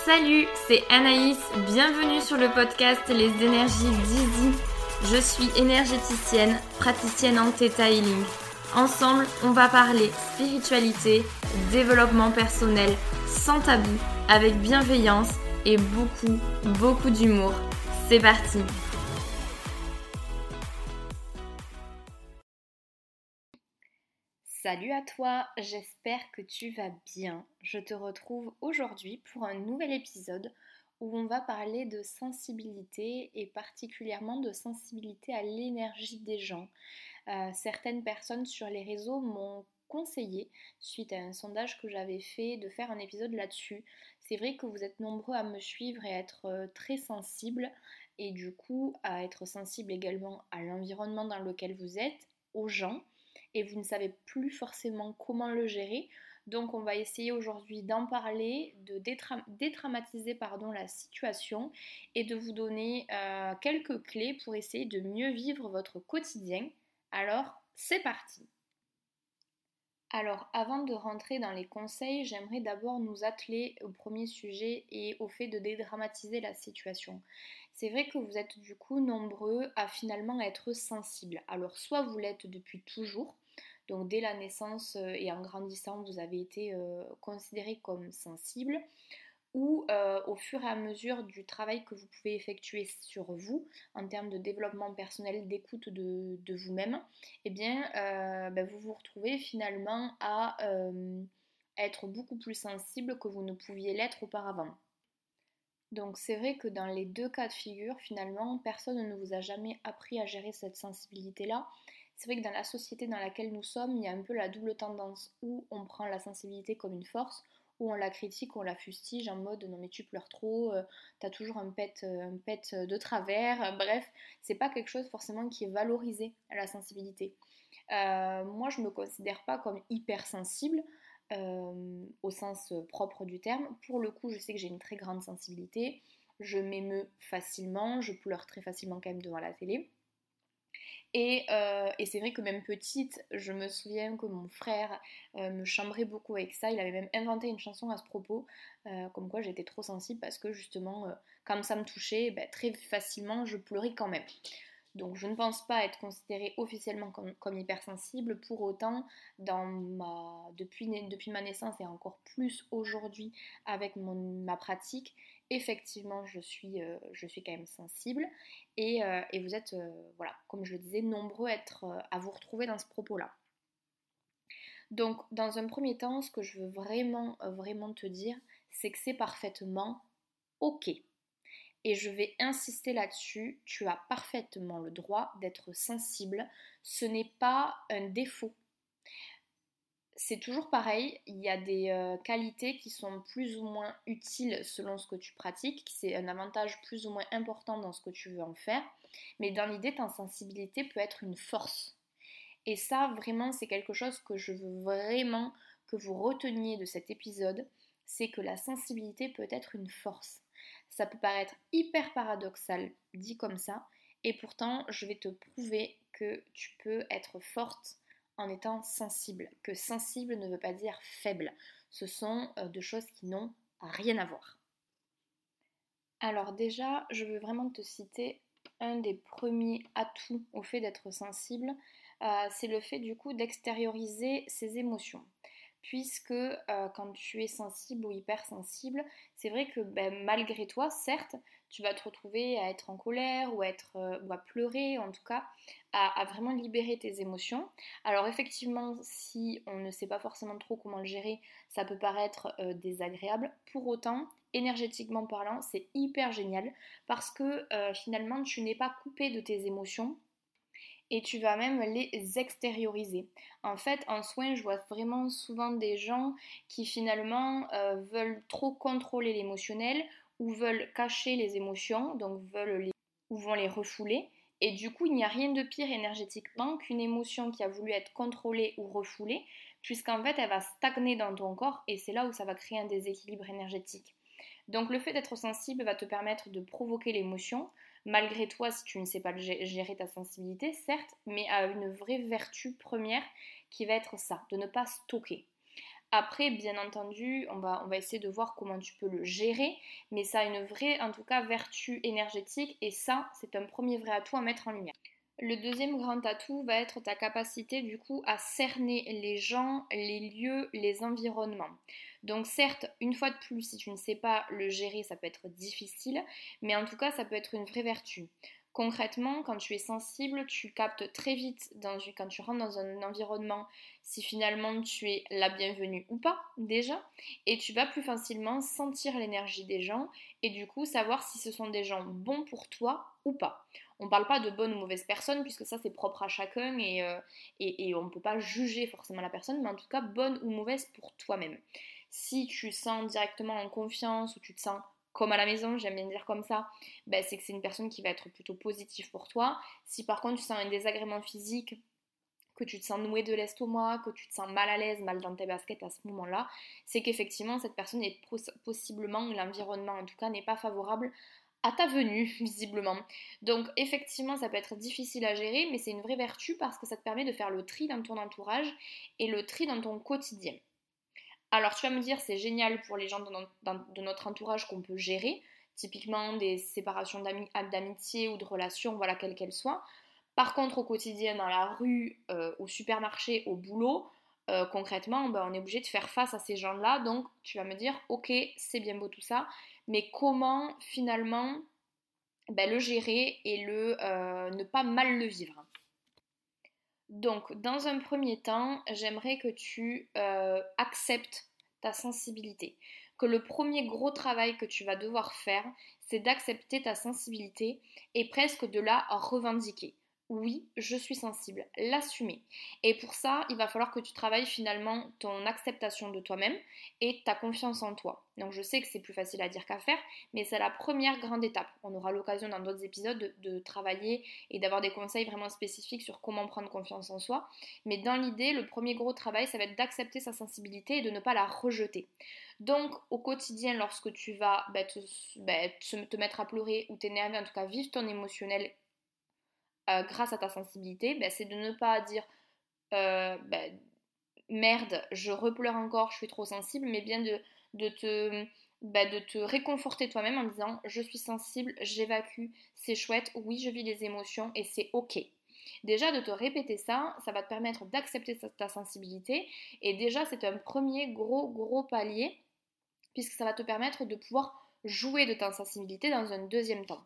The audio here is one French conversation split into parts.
Salut, c'est Anaïs, bienvenue sur le podcast Les énergies d'Easy. Je suis énergéticienne, praticienne en Theta Healing. Ensemble, on va parler spiritualité, développement personnel, sans tabou, avec bienveillance et beaucoup d'humour. C'est parti! Salut à toi, j'espère que tu vas bien. Je te retrouve aujourd'hui pour un nouvel épisode où on va parler de sensibilité et particulièrement de sensibilité à l'énergie des gens. Certaines personnes sur les réseaux m'ont conseillé, suite à un sondage que j'avais fait, de faire un épisode là-dessus. C'est vrai que vous êtes nombreux à me suivre et à être très sensibles et du coup à être sensible également à l'environnement dans lequel vous êtes, aux gens, et vous ne savez plus forcément comment le gérer. Donc on va essayer aujourd'hui d'en parler, de dédramatiser la situation et de vous donner quelques clés pour essayer de mieux vivre votre quotidien. Alors c'est parti! Alors avant de rentrer dans les conseils, j'aimerais d'abord nous atteler au premier sujet et au fait de dédramatiser la situation. C'est vrai que vous êtes du coup nombreux à finalement être sensibles. Alors soit vous l'êtes depuis toujours, donc dès la naissance et en grandissant vous avez été considéré comme sensible, ou au fur et à mesure du travail que vous pouvez effectuer sur vous en termes de développement personnel, d'écoute de vous-même, eh bien vous vous retrouvez finalement à être beaucoup plus sensible que vous ne pouviez l'être auparavant. Donc c'est vrai que dans les deux cas de figure, finalement, personne ne vous a jamais appris à gérer cette sensibilité-là. C'est vrai que dans la société dans laquelle nous sommes, il y a un peu la double tendance où on prend la sensibilité comme une force, où on la critique, on la fustige en mode non mais tu pleures trop, t'as toujours un pet de travers, bref, c'est pas quelque chose forcément qui est valorisé à la sensibilité. Moi je me considère pas comme hypersensible, au sens propre du terme. Pour le coup, je sais que j'ai une très grande sensibilité, je m'émeus facilement, je pleure très facilement quand même devant la télé. Et c'est vrai que même petite, je me souviens que mon frère me chambrait beaucoup avec ça. Il avait même inventé une chanson à ce propos, comme quoi j'étais trop sensible parce que justement, quand ça me touchait, très facilement, je pleurais quand même. Donc je ne pense pas être considérée officiellement comme hypersensible. Pour autant, depuis ma naissance et encore plus aujourd'hui avec ma pratique, effectivement je suis quand même sensible. Et vous êtes, voilà, comme je le disais, nombreux à vous retrouver dans ce propos-là. Donc dans un premier temps, ce que je veux vraiment te dire, c'est que c'est parfaitement OK. Et je vais insister là-dessus, tu as parfaitement le droit d'être sensible, ce n'est pas un défaut. C'est toujours pareil, il y a des qualités qui sont plus ou moins utiles selon ce que tu pratiques, c'est un avantage plus ou moins important dans ce que tu veux en faire, mais dans l'idée, ta sensibilité peut être une force. Et ça, vraiment, c'est quelque chose que je veux vraiment que vous reteniez de cet épisode, c'est que la sensibilité peut être une force. Ça peut paraître hyper paradoxal dit comme ça, et pourtant, je vais te prouver que tu peux être forte en étant sensible, que sensible ne veut pas dire faible. Ce sont deux choses qui n'ont rien à voir. Alors déjà, je veux vraiment te citer un des premiers atouts au fait d'être sensible, c'est le fait du coup d'extérioriser ses émotions. Puisque quand tu es sensible ou hypersensible, c'est vrai que malgré toi, certes, tu vas te retrouver à être en colère ou à pleurer, en tout cas, à vraiment libérer tes émotions. Alors effectivement, si on ne sait pas forcément trop comment le gérer, ça peut paraître désagréable. Pour autant, énergétiquement parlant, c'est hyper génial parce que finalement, tu n'es pas coupé de tes émotions et tu vas même les extérioriser. En fait, en soins, je vois vraiment souvent des gens qui finalement veulent trop contrôler l'émotionnel ou veulent cacher les émotions, donc ou vont les refouler. Et du coup, il n'y a rien de pire énergétiquement qu'une émotion qui a voulu être contrôlée ou refoulée, puisqu'en fait, elle va stagner dans ton corps et c'est là où ça va créer un déséquilibre énergétique. Donc le fait d'être sensible va te permettre de provoquer l'émotion, malgré toi si tu ne sais pas gérer ta sensibilité, certes, mais à une vraie vertu première qui va être ça, de ne pas stocker. Après, bien entendu, on va essayer de voir comment tu peux le gérer, mais ça a une vraie, en tout cas, vertu énergétique, et ça, c'est un premier vrai atout à mettre en lumière. Le deuxième grand atout va être ta capacité du coup à cerner les gens, les lieux, les environnements. Donc certes, une fois de plus, si tu ne sais pas le gérer, ça peut être difficile, mais en tout cas, ça peut être une vraie vertu. Concrètement, quand tu es sensible, tu captes très vite quand tu rentres dans un environnement si finalement tu es la bienvenue ou pas déjà, et tu vas plus facilement sentir l'énergie des gens et du coup savoir si ce sont des gens bons pour toi ou pas. On ne parle pas de bonne ou mauvaise personne puisque ça c'est propre à chacun et on ne peut pas juger forcément la personne, mais en tout cas bonne ou mauvaise pour toi-même. Si tu sens directement en confiance ou tu te sens comme à la maison, j'aime bien dire comme ça, ben c'est que c'est une personne qui va être plutôt positive pour toi. Si par contre tu sens un désagrément physique, que tu te sens noué de l'estomac, que tu te sens mal à l'aise, mal dans tes baskets à ce moment-là, c'est qu'effectivement cette personne est possiblement, l'environnement en tout cas, n'est pas favorable à ta venue, visiblement. Donc effectivement, ça peut être difficile à gérer, mais c'est une vraie vertu parce que ça te permet de faire le tri dans ton entourage et le tri dans ton quotidien. Alors tu vas me dire, c'est génial pour les gens de notre entourage qu'on peut gérer, typiquement des séparations d'amitié ou de relations, voilà, quelles qu'elles soient. Par contre, au quotidien, dans la rue, au supermarché, au boulot, concrètement, ben, on est obligé de faire face à ces gens-là. Donc, tu vas me dire, ok, c'est bien beau tout ça, mais comment finalement ben, le gérer et ne pas mal le vivre. Donc, dans un premier temps, j'aimerais que tu acceptes ta sensibilité. Que le premier gros travail que tu vas devoir faire, c'est d'accepter ta sensibilité et presque de la revendiquer. Oui, je suis sensible, l'assumer. Et pour ça, il va falloir que tu travailles finalement ton acceptation de toi-même et ta confiance en toi. Donc je sais que c'est plus facile à dire qu'à faire, mais c'est la première grande étape. On aura l'occasion dans d'autres épisodes de travailler et d'avoir des conseils vraiment spécifiques sur comment prendre confiance en soi. Mais dans l'idée, le premier gros travail, ça va être d'accepter sa sensibilité et de ne pas la rejeter. Donc au quotidien, lorsque tu vas te mettre à pleurer ou t'énerver, en tout cas vivre ton émotionnel grâce à ta sensibilité, c'est de ne pas dire euh, ben, merde, je repleure encore, je suis trop sensible, mais bien de te, de te réconforter toi-même en disant je suis sensible, j'évacue, c'est chouette, oui je vis les émotions et c'est ok. Déjà de te répéter ça, ça va te permettre d'accepter ta sensibilité et déjà c'est un premier gros palier puisque ça va te permettre de pouvoir jouer de ta sensibilité dans un deuxième temps.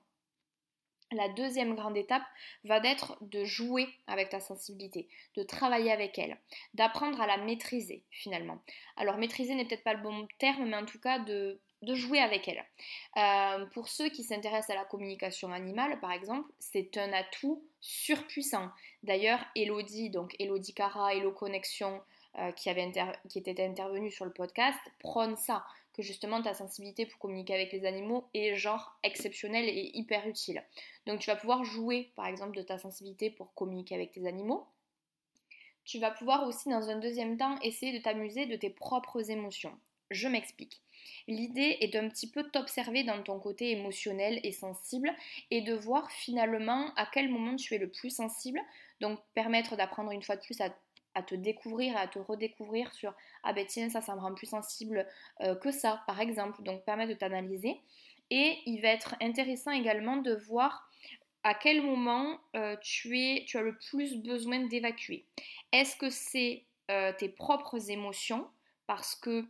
La deuxième grande étape va être de jouer avec ta sensibilité, de travailler avec elle, d'apprendre à la maîtriser finalement. Alors maîtriser n'est peut-être pas le bon terme, mais en tout cas de jouer avec elle. Pour ceux qui s'intéressent à la communication animale, par exemple, c'est un atout surpuissant. D'ailleurs, Elodie, donc Elodie Cara, Hello Connexion, qui était intervenue sur le podcast, prône ça, que justement ta sensibilité pour communiquer avec les animaux est genre exceptionnelle et hyper utile. Donc tu vas pouvoir jouer par exemple de ta sensibilité pour communiquer avec tes animaux. Tu vas pouvoir aussi dans un deuxième temps essayer de t'amuser de tes propres émotions. Je m'explique. L'idée est d'un petit peu t'observer dans ton côté émotionnel et sensible et de voir finalement à quel moment tu es le plus sensible. Donc permettre d'apprendre une fois de plus à te découvrir, à te redécouvrir sur ah ben tiens ça me rend plus sensible que ça par exemple. Donc permettre de t'analyser. Et il va être intéressant également de voir à quel moment tu as le plus besoin d'évacuer. Est-ce que c'est tes propres émotions parce que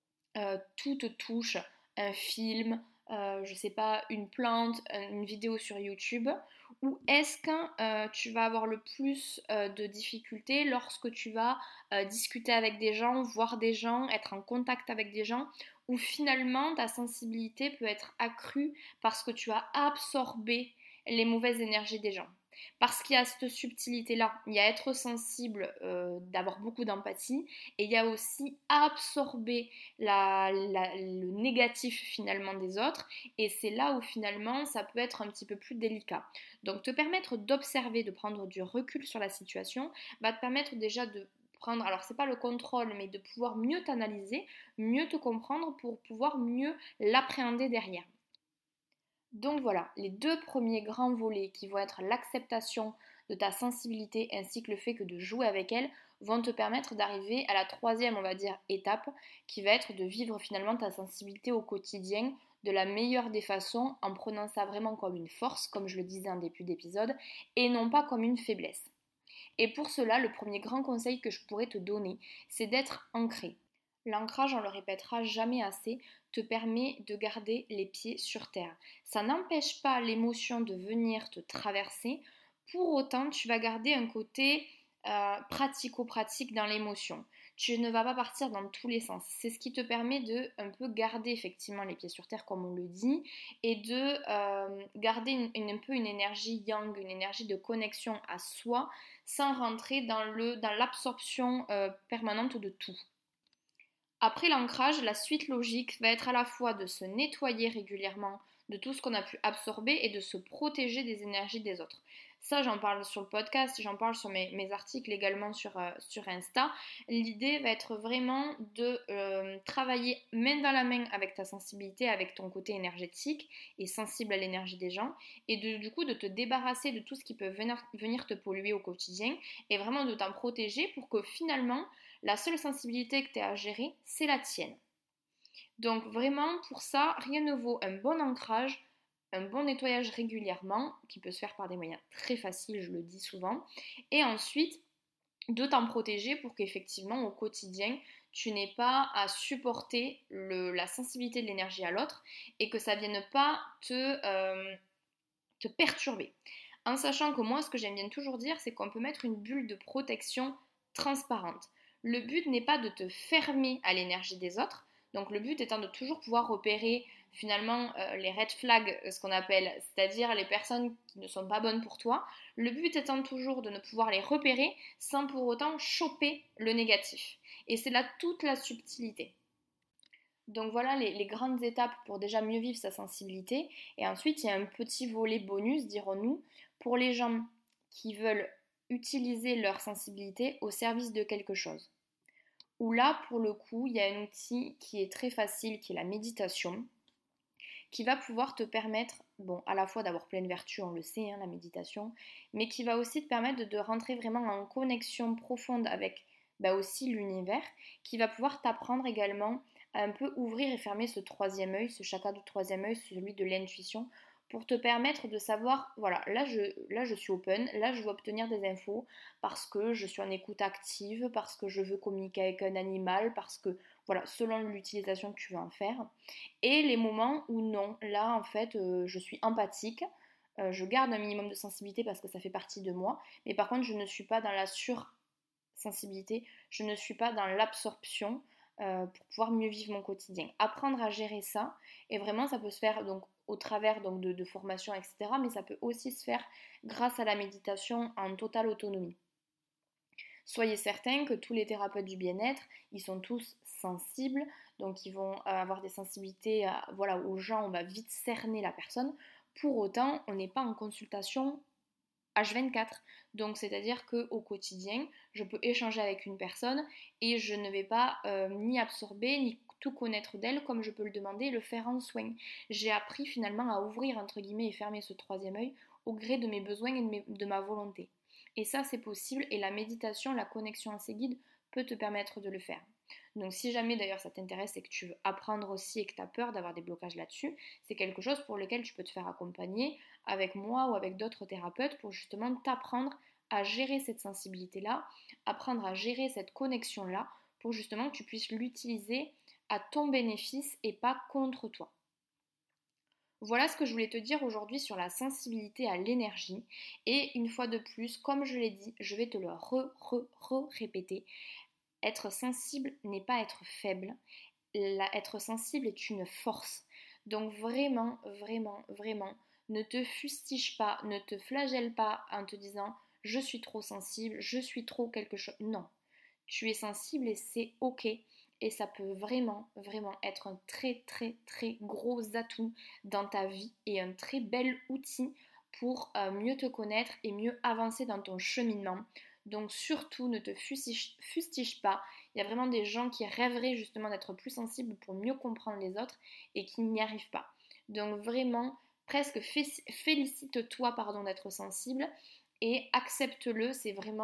tout te touche, un film, je sais pas, une plante, une vidéo sur YouTube, ou est-ce que tu vas avoir le plus de difficultés lorsque tu vas discuter avec des gens, voir des gens, être en contact avec des gens, où finalement ta sensibilité peut être accrue parce que tu as absorbé les mauvaises énergies des gens. Parce qu'il y a cette subtilité-là, il y a être sensible, d'avoir beaucoup d'empathie, et il y a aussi absorber le négatif finalement des autres, et c'est là où finalement ça peut être un petit peu plus délicat. Donc te permettre d'observer, de prendre du recul sur la situation, va te permettre déjà de prendre, alors c'est pas le contrôle, mais de pouvoir mieux t'analyser, mieux te comprendre pour pouvoir mieux l'appréhender derrière. Donc voilà, les deux premiers grands volets qui vont être l'acceptation de ta sensibilité ainsi que le fait que de jouer avec elle vont te permettre d'arriver à la troisième, on va dire, étape, qui va être de vivre finalement ta sensibilité au quotidien de la meilleure des façons, en prenant ça vraiment comme une force, comme je le disais en début d'épisode, et non pas comme une faiblesse. Et pour cela, le premier grand conseil que je pourrais te donner, c'est d'être ancré. L'ancrage, on le répétera jamais assez, te permet de garder les pieds sur terre. Ça n'empêche pas l'émotion de venir te traverser, pour autant tu vas garder un côté pratico-pratique dans l'émotion. Tu ne vas pas partir dans tous les sens. C'est ce qui te permet de un peu garder effectivement les pieds sur terre comme on le dit et de garder un peu une énergie yang, une énergie de connexion à soi sans rentrer dans l'absorption permanente de tout. Après l'ancrage, la suite logique va être à la fois de se nettoyer régulièrement de tout ce qu'on a pu absorber et de se protéger des énergies des autres. Ça, j'en parle sur le podcast, j'en parle sur mes articles également sur Insta. L'idée va être vraiment de travailler main dans la main avec ta sensibilité, avec ton côté énergétique et sensible à l'énergie des gens, et du coup de te débarrasser de tout ce qui peut venir te polluer au quotidien et vraiment de t'en protéger pour que finalement la seule sensibilité que tu as à gérer, c'est la tienne. Donc vraiment, pour ça, rien ne vaut un bon ancrage, un bon nettoyage régulièrement, qui peut se faire par des moyens très faciles, je le dis souvent, et ensuite de t'en protéger pour qu'effectivement au quotidien, tu n'aies pas à supporter la sensibilité de l'énergie à l'autre et que ça ne vienne pas te perturber. En sachant que moi, ce que j'aime bien toujours dire, c'est qu'on peut mettre une bulle de protection transparente. Le but n'est pas de te fermer à l'énergie des autres, donc le but étant de toujours pouvoir repérer finalement les red flags, ce qu'on appelle, c'est-à-dire les personnes qui ne sont pas bonnes pour toi. Le but étant toujours de ne pouvoir les repérer sans pour autant choper le négatif. Et c'est là toute la subtilité. Donc voilà les grandes étapes pour déjà mieux vivre sa sensibilité. Et ensuite, il y a un petit volet bonus, dirons-nous, pour les gens qui veulent utiliser leur sensibilité au service de quelque chose. Où là, pour le coup, il y a un outil qui est très facile, qui est la méditation, qui va pouvoir te permettre, bon, à la fois d'avoir plein de vertus, on le sait, hein, la méditation, mais qui va aussi te permettre de rentrer vraiment en connexion profonde avec aussi l'univers, qui va pouvoir t'apprendre également à un peu ouvrir et fermer ce troisième œil, ce chakra du troisième œil, celui de l'intuition, pour te permettre de savoir, voilà, là je suis open, là je veux obtenir des infos parce que je suis en écoute active, parce que je veux communiquer avec un animal, parce que, voilà, selon l'utilisation que tu veux en faire. Et les moments où non, là en fait je suis empathique, je garde un minimum de sensibilité parce que ça fait partie de moi, mais par contre je ne suis pas dans la sursensibilité, je ne suis pas dans l'absorption pour pouvoir mieux vivre mon quotidien. Apprendre à gérer ça, et vraiment ça peut se faire donc au travers donc, de formations, etc. Mais ça peut aussi se faire grâce à la méditation en totale autonomie. Soyez certains que tous les thérapeutes du bien-être, ils sont tous sensibles, donc ils vont avoir des sensibilités voilà, aux gens, on va vite cerner la personne. Pour autant, on n'est pas en consultation H24. Donc c'est-à-dire qu'au quotidien, je peux échanger avec une personne et je ne vais pas ni absorber ni tout connaître d'elle comme je peux le demander et le faire en soin. J'ai appris finalement à ouvrir entre guillemets et fermer ce troisième œil au gré de mes besoins et de ma volonté. Et ça c'est possible et la méditation, la connexion à ces guides peut te permettre de le faire. Donc si jamais d'ailleurs ça t'intéresse et que tu veux apprendre aussi et que tu as peur d'avoir des blocages là-dessus, c'est quelque chose pour lequel tu peux te faire accompagner avec moi ou avec d'autres thérapeutes pour justement t'apprendre à gérer cette sensibilité-là, apprendre à gérer cette connexion-là pour justement que tu puisses l'utiliser à ton bénéfice et pas contre toi. Voilà ce que je voulais te dire aujourd'hui sur la sensibilité à l'énergie. Et une fois de plus, comme je l'ai dit, je vais te le répéter. Être sensible n'est pas être faible. Être sensible est une force. Donc vraiment, vraiment, vraiment, ne te fustige pas, ne te flagelle pas en te disant je suis trop sensible, je suis trop quelque chose. Non, tu es sensible et c'est ok. Et ça peut vraiment, vraiment être un très, très, très gros atout dans ta vie et un très bel outil pour mieux te connaître et mieux avancer dans ton cheminement. Donc surtout, ne te fustige pas. Il y a vraiment des gens qui rêveraient justement d'être plus sensibles pour mieux comprendre les autres et qui n'y arrivent pas. Donc vraiment, presque félicite-toi d'être sensible et accepte-le. C'est vraiment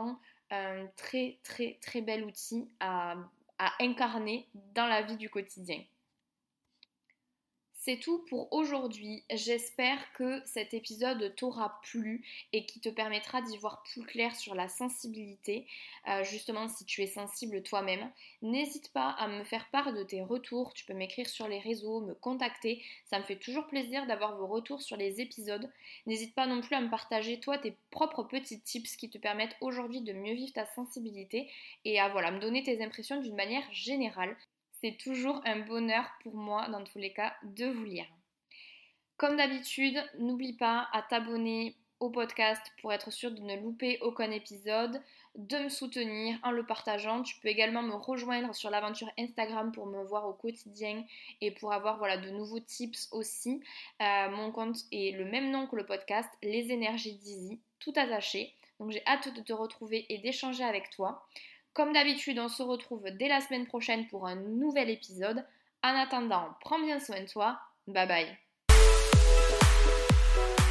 un très très très bel outil à incarner dans la vie du quotidien. C'est tout pour aujourd'hui. J'espère que cet épisode t'aura plu et qui te permettra d'y voir plus clair sur la sensibilité. Justement, si tu es sensible toi-même, n'hésite pas à me faire part de tes retours. Tu peux m'écrire sur les réseaux, me contacter. Ça me fait toujours plaisir d'avoir vos retours sur les épisodes. N'hésite pas non plus à me partager toi tes propres petits tips qui te permettent aujourd'hui de mieux vivre ta sensibilité et à me donner tes impressions d'une manière générale. C'est toujours un bonheur pour moi, dans tous les cas, de vous lire. Comme d'habitude, n'oublie pas à t'abonner au podcast pour être sûr de ne louper aucun épisode, de me soutenir en le partageant. Tu peux également me rejoindre sur l'aventure Instagram pour me voir au quotidien et pour avoir de nouveaux tips aussi. Mon compte est le même nom que le podcast, Les Énergies d'Izzy, tout attaché. Donc j'ai hâte de te retrouver et d'échanger avec toi. Comme d'habitude, on se retrouve dès la semaine prochaine pour un nouvel épisode. En attendant, prends bien soin de toi. Bye bye.